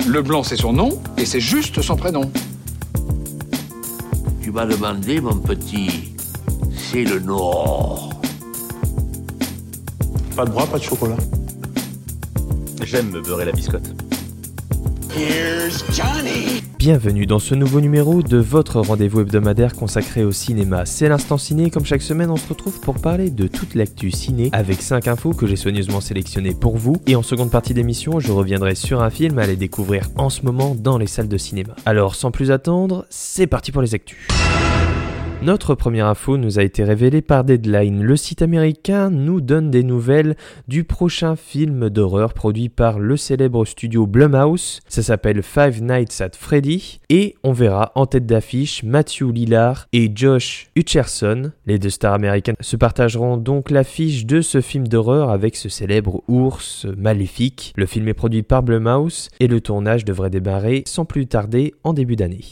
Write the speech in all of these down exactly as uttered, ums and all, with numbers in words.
Leblanc, c'est son nom, et c'est juste son prénom. Tu m'as demandé, mon petit, c'est le Nord. Pas de bras, pas de chocolat. J'aime me beurrer la biscotte. Here's Johnny. Bienvenue dans ce nouveau numéro de votre rendez-vous hebdomadaire consacré au cinéma. C'est l'Instant Ciné, comme chaque semaine on se retrouve pour parler de toute l'actu ciné avec cinq infos que j'ai soigneusement sélectionnées pour vous. Et en seconde partie d'émission, je reviendrai sur un film à aller découvrir en ce moment dans les salles de cinéma. Alors sans plus attendre, c'est parti pour les actus. Notre première info nous a été révélée par Deadline. Le site américain nous donne des nouvelles du prochain film d'horreur produit par le célèbre studio Blumhouse. Ça s'appelle Five Nights at Freddy et on verra en tête d'affiche Matthew Lillard et Josh Hutcherson. Les deux stars américaines se partageront donc l'affiche de ce film d'horreur avec ce célèbre ours maléfique. Le film est produit par Blumhouse et le tournage devrait démarrer sans plus tarder en début d'année.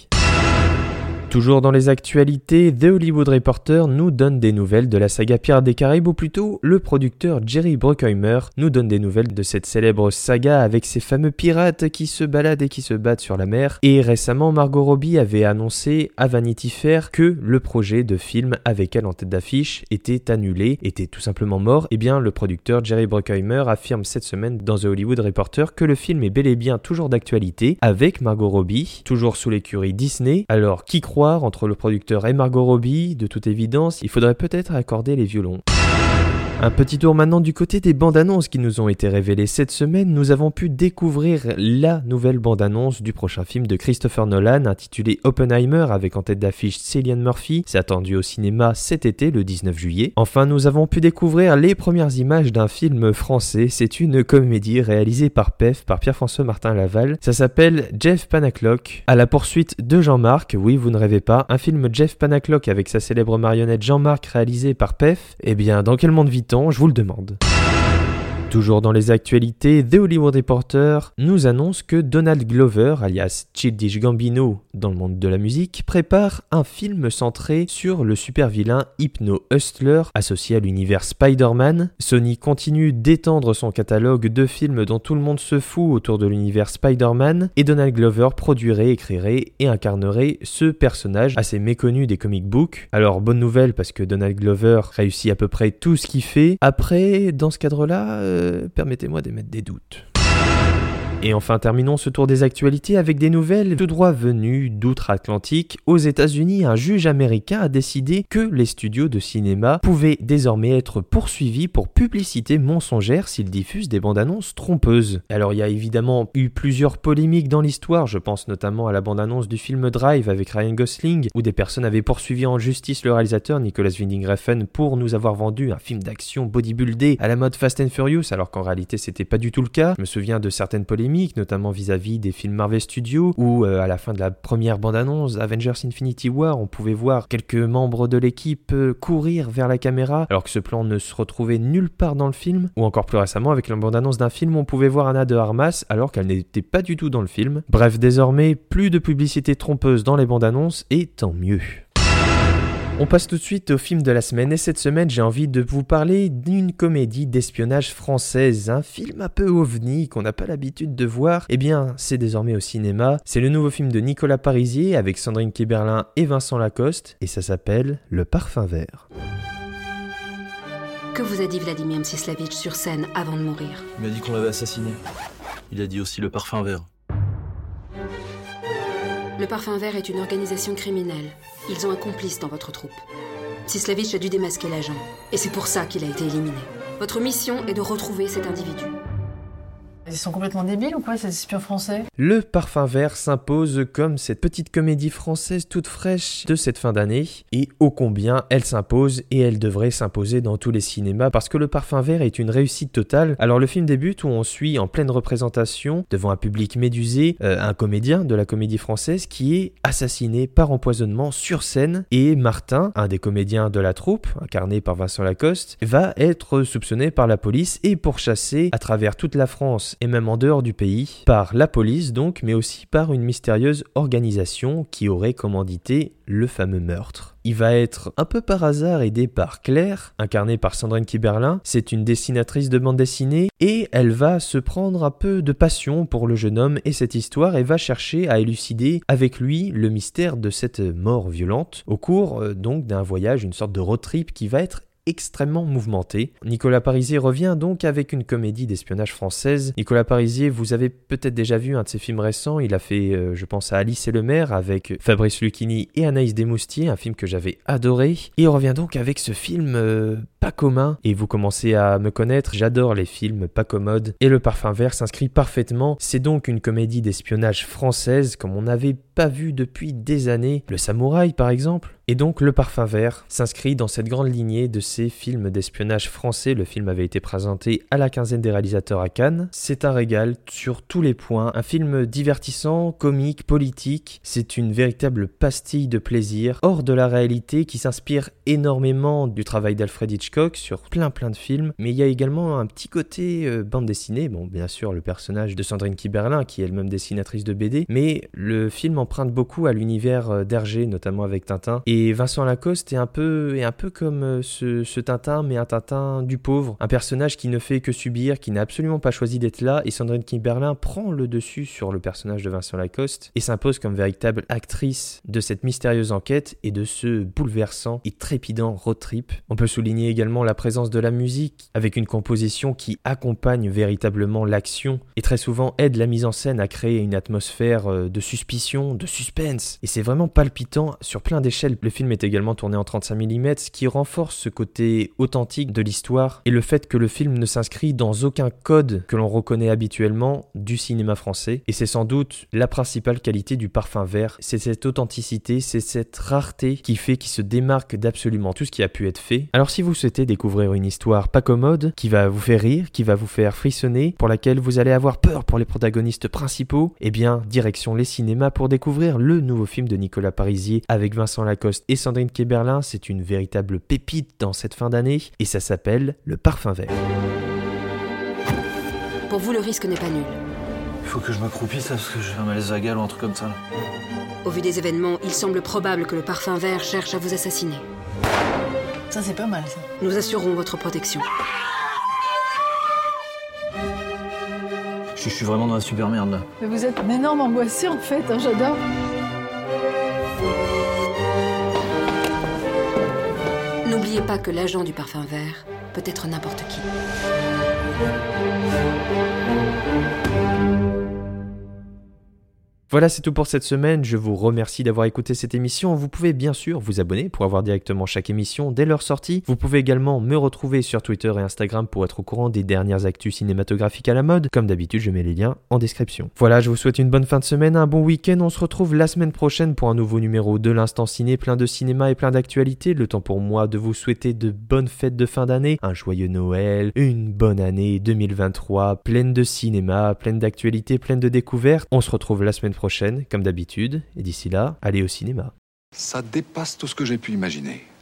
Toujours dans les actualités, The Hollywood Reporter nous donne des nouvelles de la saga Pirates des Caraïbes, ou plutôt le producteur Jerry Bruckheimer nous donne des nouvelles de cette célèbre saga avec ces fameux pirates qui se baladent et qui se battent sur la mer. Et récemment, Margot Robbie avait annoncé à Vanity Fair que le projet de film avec elle en tête d'affiche était annulé, était tout simplement mort. Et bien, le producteur Jerry Bruckheimer affirme cette semaine dans The Hollywood Reporter que le film est bel et bien toujours d'actualité avec Margot Robbie, toujours sous l'écurie Disney. Alors, qui croit entre le producteur et Margot Robbie? De toute évidence, il faudrait peut-être accorder les violons. Un petit tour maintenant du côté des bandes-annonces qui nous ont été révélées cette semaine. Nous avons pu découvrir la nouvelle bande-annonce du prochain film de Christopher Nolan intitulé Oppenheimer avec en tête d'affiche Cillian Murphy. C'est attendu au cinéma cet été, le dix-neuf juillet. Enfin, nous avons pu découvrir les premières images d'un film français. C'est une comédie réalisée par P E F, par Pierre-François Martin Laval. Ça s'appelle Jeff Panaclock, à la poursuite de Jean-Marc. Oui, vous ne rêvez pas. Un film Jeff Panaclock avec sa célèbre marionnette Jean-Marc réalisé par P E F. Eh bien, dans quel monde vit-on ? Je vous le demande. Toujours dans les actualités, The Hollywood Reporter nous annonce que Donald Glover, alias Childish Gambino dans le monde de la musique, prépare un film centré sur le super vilain Hypno Hustler associé à l'univers Spider-Man. Sony continue d'étendre son catalogue de films dont tout le monde se fout autour de l'univers Spider-Man et Donald Glover produirait, écrirait et incarnerait ce personnage assez méconnu des comic books. Alors bonne nouvelle parce que Donald Glover réussit à peu près tout ce qu'il fait. Après, dans ce cadre-là, euh, Euh, permettez-moi d'émettre des doutes. Et enfin, terminons ce tour des actualités avec des nouvelles tout droit venues d'outre-Atlantique. Aux États-Unis, un juge américain a décidé que les studios de cinéma pouvaient désormais être poursuivis pour publicité mensongère s'ils diffusent des bandes-annonces trompeuses. Alors, il y a évidemment eu plusieurs polémiques dans l'histoire. Je pense notamment à la bande-annonce du film Drive avec Ryan Gosling, où des personnes avaient poursuivi en justice le réalisateur Nicolas Winding Refn pour nous avoir vendu un film d'action bodybuildé à la mode Fast and Furious, alors qu'en réalité, c'était pas du tout le cas. Je me souviens de certaines polémiques, notamment vis-à-vis des films Marvel Studios, où euh, à la fin de la première bande-annonce Avengers Infinity War, on pouvait voir quelques membres de l'équipe euh, courir vers la caméra, alors que ce plan ne se retrouvait nulle part dans le film, ou encore plus récemment avec la bande-annonce d'un film où on pouvait voir Anna de Armas, alors qu'elle n'était pas du tout dans le film. Bref, désormais, plus de publicité trompeuse dans les bandes-annonces, et tant mieux. On passe tout de suite au film de la semaine et cette semaine j'ai envie de vous parler d'une comédie d'espionnage française, un film un peu ovni qu'on n'a pas l'habitude de voir. Eh bien c'est désormais au cinéma, c'est le nouveau film de Nicolas Parisier avec Sandrine Kiberlin et Vincent Lacoste et ça s'appelle Le Parfum Vert. Que vous a dit Vladimir Mstislavic sur scène avant de mourir? Il m'a dit qu'on l'avait assassiné. Il a dit aussi le parfum vert. Le Parfum Vert est une organisation criminelle. Ils ont un complice dans votre troupe. Mstislavic a dû démasquer l'agent, et c'est pour ça qu'il a été éliminé. Votre mission est de retrouver cet individu. Ils sont complètement débiles ou quoi, ces espions français? Le Parfum Vert s'impose comme cette petite comédie française toute fraîche de cette fin d'année, et ô combien elle s'impose, et elle devrait s'imposer dans tous les cinémas, parce que Le Parfum Vert est une réussite totale. Alors le film débute où on suit en pleine représentation, devant un public médusé, euh, un comédien de la comédie française qui est assassiné par empoisonnement sur scène, et Martin, un des comédiens de la troupe, incarné par Vincent Lacoste, va être soupçonné par la police et pourchassé à travers toute la France et même en dehors du pays, par la police donc, mais aussi par une mystérieuse organisation qui aurait commandité le fameux meurtre. Il va être un peu par hasard aidé par Claire, incarnée par Sandrine Kiberlin. C'est une dessinatrice de bande dessinée et elle va se prendre un peu de passion pour le jeune homme et cette histoire et va chercher à élucider avec lui le mystère de cette mort violente au cours euh, donc d'un voyage, une sorte de road trip qui va être extrêmement mouvementé. Nicolas Parisier revient donc avec une comédie d'espionnage française. Nicolas Parisier, vous avez peut-être déjà vu un de ses films récents, il a fait, euh, je pense à Alice et le maire avec Fabrice Lucchini et Anaïs Desmoustiers, un film que j'avais adoré. Et il revient donc avec ce film euh, pas commun, et vous commencez à me connaître, j'adore les films pas commodes, et Le Parfum Vert s'inscrit parfaitement. C'est donc une comédie d'espionnage française comme on n'avait pas vu depuis des années, Le Samouraï par exemple. Et donc Le Parfum Vert s'inscrit dans cette grande lignée de ces films d'espionnage français. Le film avait été présenté à la quinzaine des réalisateurs à Cannes. C'est un régal sur tous les points, un film divertissant, comique, politique. C'est une véritable pastille de plaisir, hors de la réalité, qui s'inspire énormément du travail d'Alfred Hitchcock sur plein plein de films. Mais il y a également un petit côté euh, bande dessinée. Bon, bien sûr, le personnage de Sandrine Kiberlin, qui est elle-même dessinatrice de B D, mais le film emprunte beaucoup à l'univers d'Hergé, notamment avec Tintin. Et Et Vincent Lacoste est un peu, est un peu comme ce, ce Tintin, mais un Tintin du pauvre. Un personnage qui ne fait que subir, qui n'a absolument pas choisi d'être là. Et Sandrine Kiberlin prend le dessus sur le personnage de Vincent Lacoste et s'impose comme véritable actrice de cette mystérieuse enquête et de ce bouleversant et trépidant road trip. On peut souligner également la présence de la musique, avec une composition qui accompagne véritablement l'action et très souvent aide la mise en scène à créer une atmosphère de suspicion, de suspense. Et c'est vraiment palpitant sur plein d'échelles. Le film est également tourné en trente-cinq millimètres, ce qui renforce ce côté authentique de l'histoire et le fait que le film ne s'inscrit dans aucun code que l'on reconnaît habituellement du cinéma français. Et c'est sans doute la principale qualité du Parfum Vert, c'est cette authenticité, c'est cette rareté qui fait qu'il se démarque d'absolument tout ce qui a pu être fait. Alors si vous souhaitez découvrir une histoire pas commode, qui va vous faire rire, qui va vous faire frissonner, pour laquelle vous allez avoir peur pour les protagonistes principaux, eh bien direction les cinémas pour découvrir le nouveau film de Nicolas Parisier avec Vincent Lacoste et Sandrine Kiberlin. C'est une véritable pépite dans cette fin d'année et ça s'appelle Le Parfum Vert. Pour vous, le risque n'est pas nul. Il faut que je m'accroupisse parce que j'ai un malaise vagal ou un truc comme ça. Là. Au vu des événements, il semble probable que le Parfum Vert cherche à vous assassiner. Ça, c'est pas mal, ça. Nous assurons votre protection. Je, je suis vraiment dans la super merde là. Mais vous êtes un énorme angoissé, en fait, hein, j'adore. N'oubliez pas que l'agent du Parfum Vert peut être n'importe qui. Voilà, c'est tout pour cette semaine. Je vous remercie d'avoir écouté cette émission. Vous pouvez bien sûr vous abonner pour avoir directement chaque émission dès leur sortie. Vous pouvez également me retrouver sur Twitter et Instagram pour être au courant des dernières actus cinématographiques à la mode. Comme d'habitude, je mets les liens en description. Voilà, je vous souhaite une bonne fin de semaine, un bon week-end. On se retrouve la semaine prochaine pour un nouveau numéro de l'Instant Ciné, plein de cinéma et plein d'actualités. Le temps pour moi de vous souhaiter de bonnes fêtes de fin d'année, un joyeux Noël, une bonne année deux mille vingt-trois, pleine de cinéma, pleine d'actualités, pleine de découvertes. On se retrouve la semaine prochaine, comme d'habitude, et d'ici là, allez au cinéma. Ça dépasse tout ce que j'ai pu imaginer.